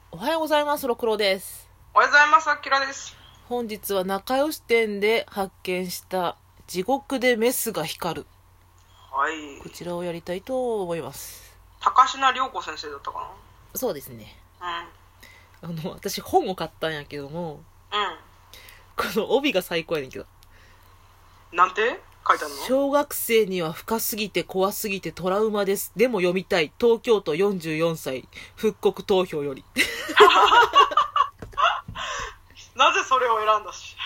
おはようございます。ろくろです。 おはようございます。あきらです。 本日は仲良し店で発見した地獄でメスが光る。 はい。 こちらをやりたいと思います。 高階涼子先生だったかそうですね。 な。 私本を買ったんやけども、 うこの帯が最高やねんけど。 ん。なんて書いてあるの？ 小学生には深すぎて怖すぎてトラウマです。でも読みたい。東京都44歳復刻投票より。 なぜそれを選んだし。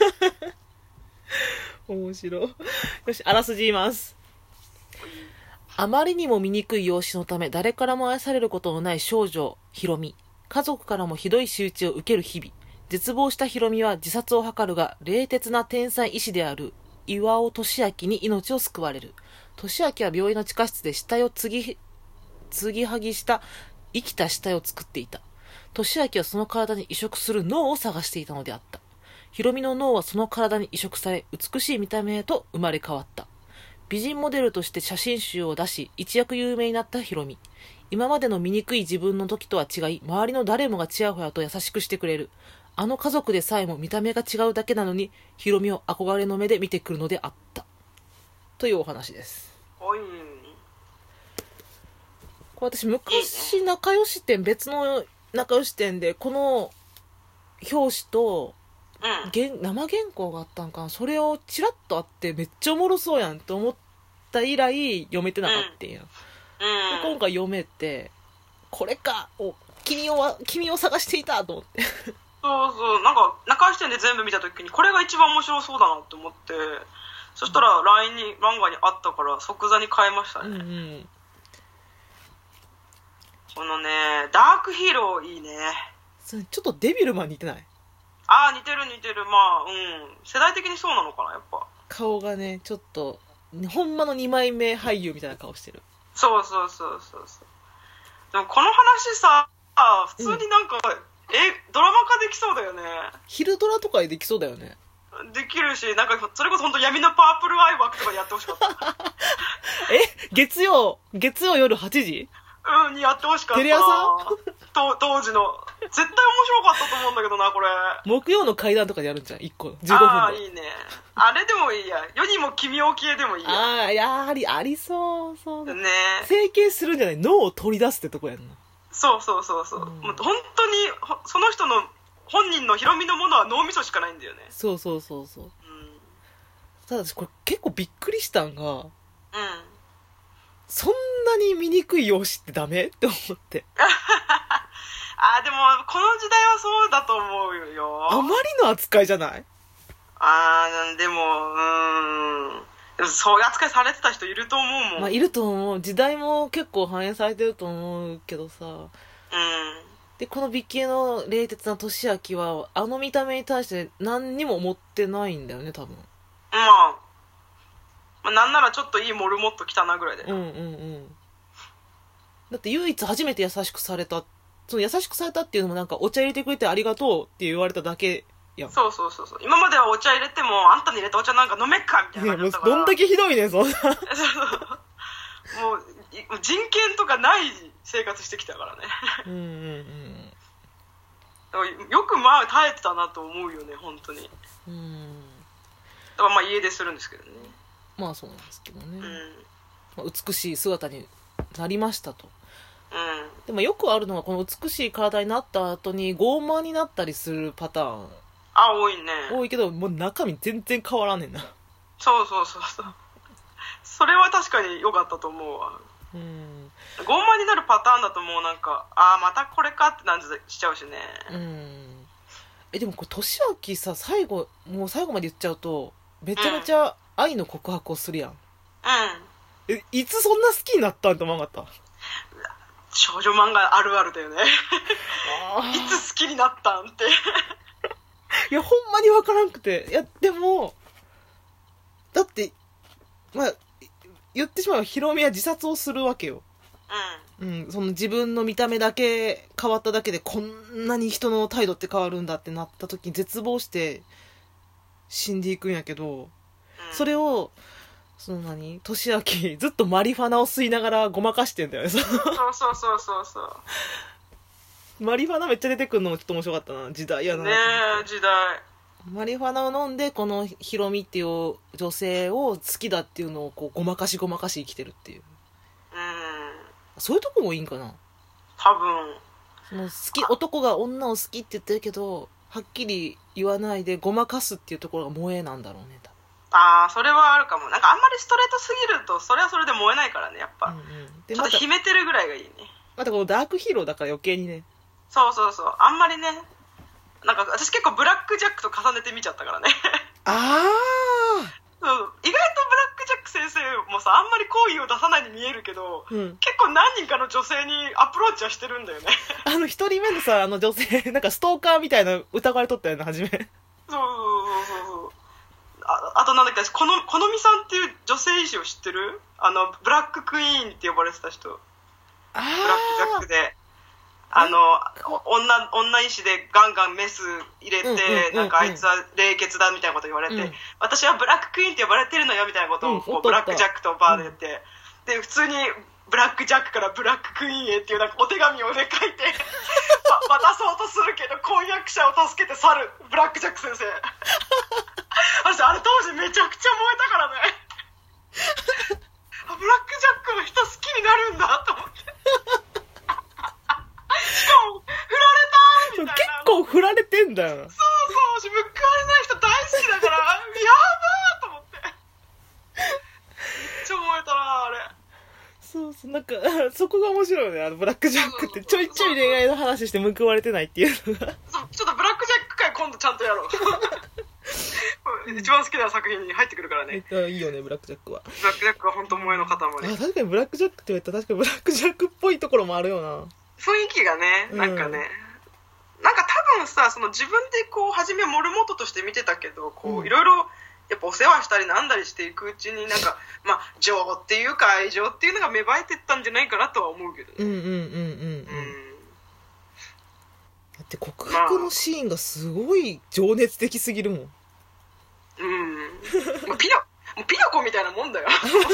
面白い。よし、あらすじ言います。あまりにも醜い容姿のため誰からも愛されることのない少女ひろみ。家族からもひどい仕打ちを受ける日々。絶望したひろみは自殺を図るが、冷徹な天才医師である岩尾俊明に命を救われる。俊明は病院の地下室で死体を継ぎはぎした生きた死体を作っていた。俊明はその体に移植する脳を探していたのであった。ひろみの脳はその体に移植され、美しい見た目へと生まれ変わった。美人モデルとして写真集を出し、一躍有名になったひろみ。今までの醜い自分の時とは違い、周りの誰もがちやほやと優しくしてくれる。あの家族でさえも見た目が違うだけなのに、ひろみを憧れの目で見てくるのであった。というお話です。 おい。 これ私昔仲良し店、別の仲良し店でこの表紙と生原稿があったんかな、それをチラッとあってめっちゃおもろそうやんと思った以来読めてなかったんや、で今回読めて、これかお君を探していたと思ってそうそう。なんか、中井視点で全部見たときに、これが一番面白そうだなって思って、そしたら LINE に、ランガにあったから即座に買いましたね。このね、ダークヒーローいいね。 それちょっとデビルマン似てない？ ああ、似てる。まあ、世代的にそうなのかな、やっぱ。 顔がね、ちょっとほんまの2枚目俳優みたいな顔してる。 そう。でもこの話さ、普通になんか、ドラマ化できそうだよね。 昼ドラとかできそうだよね。 できるし、なんかそれこそ本当闇のパープルアイ枠とかでやってほしかった。 月曜夜8時にやってほしかった。 テレ朝当時の。絶対面白かったと思うんだけどな、これ。 木曜の階段とかでやるんじゃん、1個15分で。 ああ、いいね。あれでもいいや。世にも奇妙系でもいいや。 ああ、いやありそうだね。 整形するんじゃない、脳を取り出すってとこやんな。 そう、もう本当にその人の本人のヒロミのものは脳みそしかないんだよね。 そう、ただ私これ結構びっくりしたんが、そんなに醜い容姿ってダメって思ってでもこの時代はそうだと思うよ。 あまりの扱いじゃない？ でもそういう扱いされてた人いると思うもん。 まあいると思う。時代も結構反映されてると思うけどさ。でこの美形の冷徹な俊明はあの見た目に対して何にも思ってないんだよね、多分。 まあなんならちょっといいモルモット着たなぐらいで。 だって唯一初めて優しくされた、その優しくされたっていうのもなんかお茶入れてくれてありがとうって言われただけやん。 そう。今まではお茶入れてもあんたに入れたお茶なんか飲めっかみたいな感じだったから。 どんだけひどいねん、そんな。もう人権とかない生活してきたからね。だからよくまあ耐えてたなと思うよね、本当に。だからまあ家出するんですけどね。 まあそうなんですけどね。美しい姿になりましたと。でもよくあるのが、この美しい体になった後に傲慢になったりするパターン。 多いね。 多いけど、もう中身全然変わらんねんな。 そう。それは確かに良かったと思うわ。傲慢になるパターンだともうなんか、またこれかって感じしちゃうしね。 でもこれ俊明さ、もう最後まで言っちゃうとめちゃめちゃ愛の告白をするやん。いつそんな好きになったんと思わなかった？ 少女漫画あるあるだよね。いつ好きになったんって。 いやほんまに分からんくて。いやでもだってまあ言ってしまえばヒロミは自殺をするわけよ。その自分の見た目だけ変わっただけでこんなに人の態度って変わるんだってなった時に絶望して死んでいくんやけど、それを俊明ずっとマリファナを吸いながらごまかしてんだよね。 そう。 マリファナめっちゃ出てくるのもちょっと面白かったな。時代やな。 ねえ、時代。 マリファナを飲んでこのヒロミっていう女性を好きだっていうのをこうごまかし生きてるっていう。そういうとこもいいんかな。 多分その男が女を好きって言ってるけどはっきり言わないでごまかすっていうところが萌えなんだろうね。多分それはあるかも。なんかあんまりストレートすぎるとそれはそれで燃えないからね、やっぱ、でちょっと秘めてるぐらいがいいね。 またこのダークヒーローだから余計にね。 そうあんまりね、なんか私結構ブラックジャックと重ねて見ちゃったからね。そう、意外とブラックジャック先生もさ、あんまり好意を出さないに見えるけど、結構何人かの女性にアプローチはしてるんだよね。 一人目のさ、女性なんかストーカーみたいな疑われとったよね、初め。 そうあとなんだっけ、このみさんっていう女性医師を知ってる？ブラッククイーンって呼ばれてた人。ブラックジャックで女医師でガンガンメス入れて、なんかあいつは冷血だみたいなこと言われて、私はブラッククイーンって呼ばれてるのよみたいなことをこうブラックジャックとバーで言って、で普通にブラックジャックからブラッククイーンへっていうなんかお手紙をね書いて渡そうとするけど婚約者を助けて去るブラックジャック先生。私あれ当時めちゃくちゃ燃えたからね。ブラックジャックの人好きになるんだと思って。しかも振られたみたいな。 結構振られてんだよ。 そう私報われない人大好きだからやばーと思って。めっちゃ燃えたなあれ。 そうなんかそこが面白いよね。ブラックジャックってちょいちょい恋愛の話して報われてないっていうのが。 そうちょっとブラックジャック会今度ちゃんとやろう。一番好きな作品に入ってくるからね。 いいよねブラックジャックは。 ブラックジャックは本当萌えの塊。 確かにブラックジャックって言われたら確かにブラックジャックっぽいところもあるよな。 雰囲気がね、なんかね、なんか多分さ、その自分でこう初めモルモットとして見てたけど、こういろいろやっぱお世話したりなんだりしていくうちになんかまあ情っていうか愛情っていうのが芽生えてったんじゃないかなとは思うけどね。 だって告白のシーンがすごい情熱的すぎるもん。 もうピノコみたいなもんだよ。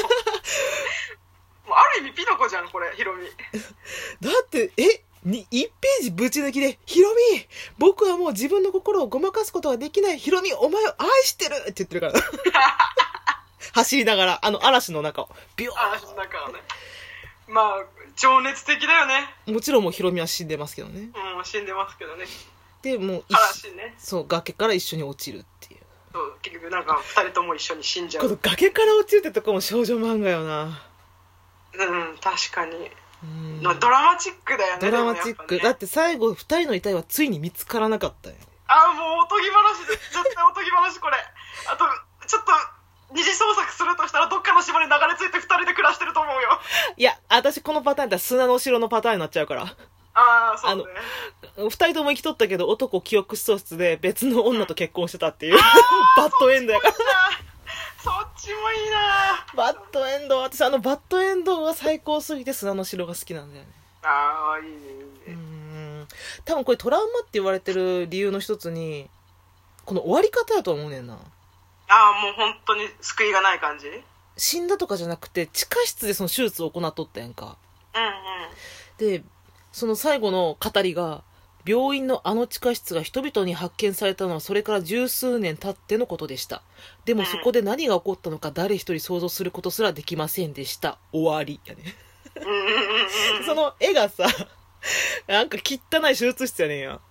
もうある意味ピノコじゃんこれヒロミ。 だって1ページぶち抜きでヒロミ僕はもう自分の心をごまかすことができないヒロミお前を愛してるって言ってるから走りながら嵐の中をビュー嵐の中をね。まあ情熱的だよね。 もちろんもうヒロミは死んでますけどね。 死んでますけどね。 でもう嵐ね。 そう崖から一緒に落ちるっていう。 そう結局なんか2人とも一緒に死んじゃう。 この崖から落ちるってとこも少女漫画よな。 確かに。ドラマチックだよね。 ドラマチック、ね、だって最後2人の遺体はついに見つからなかったよ。 もうおとぎ話で絶対おとぎ話これ。あとちょっと二次創作するとしたらどっかの島に流れ着いて2人で暮らしてると思うよ。 いや私このパターンだったら砂の城のパターンになっちゃうから。 そうね。 2人とも生きとったけど男記憶喪失で別の女と結婚してたっていうバッドエンドやから。 そっちもいいな。 バッドエンド、私バッドエンドが最高すぎて砂の城が好きなんだよね。 いいねいいね。 多分これトラウマって言われてる理由の一つにこの終わり方やと思うねんな。 もう本当に救いがない感じ。 死んだとかじゃなくて地下室でその手術を行っとったやんか。でその最後の語りが病院の地下室が人々に発見されたのはそれから十数年経ってのことでした。でもそこで何が起こったのか誰一人想像することすらできませんでした。終わりやね。その絵がさなんか汚い手術室やねんや。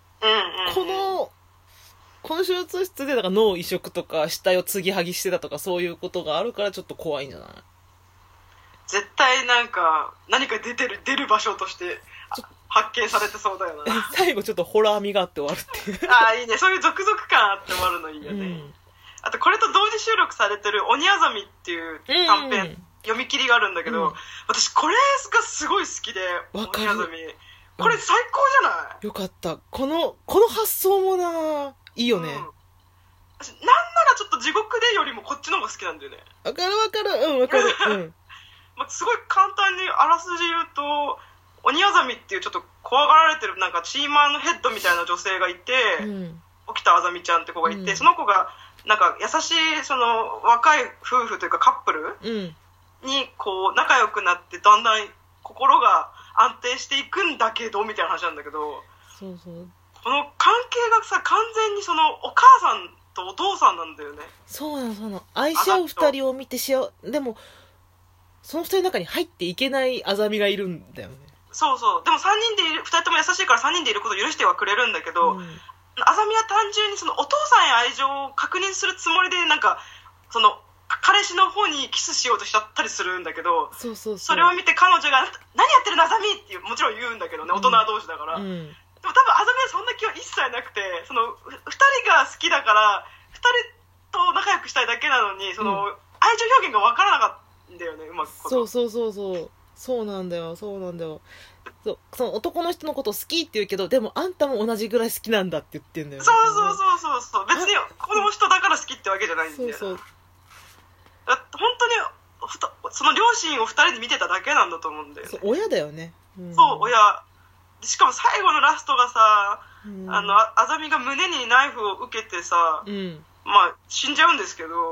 この手術室でなんか脳移植とか死体を継ぎはぎしてたとかそういうことがあるからちょっと怖いんじゃない？ 絶対なんか何か出る場所として発見されてそうだよな。 最後ちょっとホラー味があって終わるっていう。 いいね。そういう続々感あって終わるのいいよね。あとこれと同時収録されてる鬼あざみっていう短編、読み切りがあるんだけど、私これがすごい好きで。鬼あざみこれ最高じゃない？ よかった。この発想もないいよね。 なんならちょっと地獄でよりもこっちの方が好きなんだよね。 わかるわかる。わかる。 すごい簡単にあらすじ言うと、鬼あざみっていうちょっと怖がられてるなんかチーマーのヘッドみたいな女性がいて、沖田あざみちゃんって子がいて、その子がなんか優しいその若い夫婦というかカップルにこう仲良くなってだんだん心が安定していくんだけどみたいな話なんだけど、 そうそう、 この関係がさ完全にそのお母さんとお父さんなんだよね。 そうなの、そうなの。愛し合う二人を見てでもその二人の中に入っていけないあざみがいるんだよね。 そうそう。でも3人でいる、2人とも優しいから3人でいることを許してはくれるんだけど、あざみは単純にそのお父さんへ愛情を確認するつもりでなんかその彼氏の方にキスしようとしちゃったりするんだけど、 そうそうそう、 それを見て彼女が「何やってるのあざみ」ってもちろん言うんだけどね、大人同士だから、でも多分あざみはそんな気は一切なくて、その2人が好きだから2人と仲良くしたいだけなのに、その愛情表現が分からなかったんだよね、うまく。 そうそうそうそう、そうなんだよ、そうなんだよ。その男の人のこと好きって言うけど、でもあんたも同じぐらい好きなんだって言ってんだよね。 そうそうそうそうそう、別にこの人だから好きってわけじゃないんだよ。そうそう、本当にその両親を2人で見てただけなんだと思うんだよね。 そう、親だよね、 そう親。しかも最後のラストがさ、あざみが胸にナイフを受けてさ、まあ死んじゃうんですけど、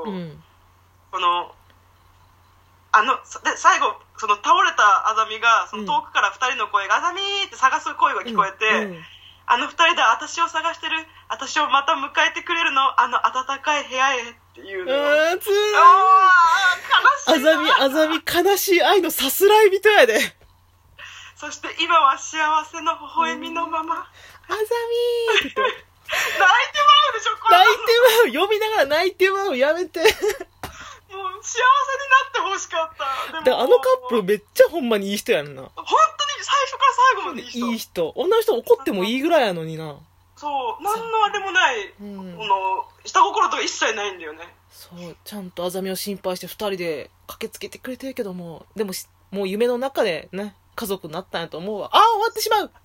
で最後その倒れたあざみがその遠くから2人の声が「あざみ!」って探す声が聞こえて、あの2人で私を探してる、私をまた迎えてくれるの、あの暖かい部屋へっていうの。 つらい。悲しい。あざみ悲しい愛のさすらい人やで。 そして今は幸せの微笑みのまま、 あざみーって泣いてまうでしょこれ。 泣いてまう、読みながら泣いてまう、やめて。 もう幸せになってほしかった。 でもあのカップルめっちゃほんまにいい人やんな。 本当に最初から最後までいい人。 いい人。女の人怒ってもいいぐらいやのにな。 そう、何のあれもない、下心とか一切ないんだよね。 そう、ちゃんとあざみを心配して2人で駆けつけてくれてるけども、でももう夢の中でね、家族になったんやと思うわ。ああ、終わってしまう。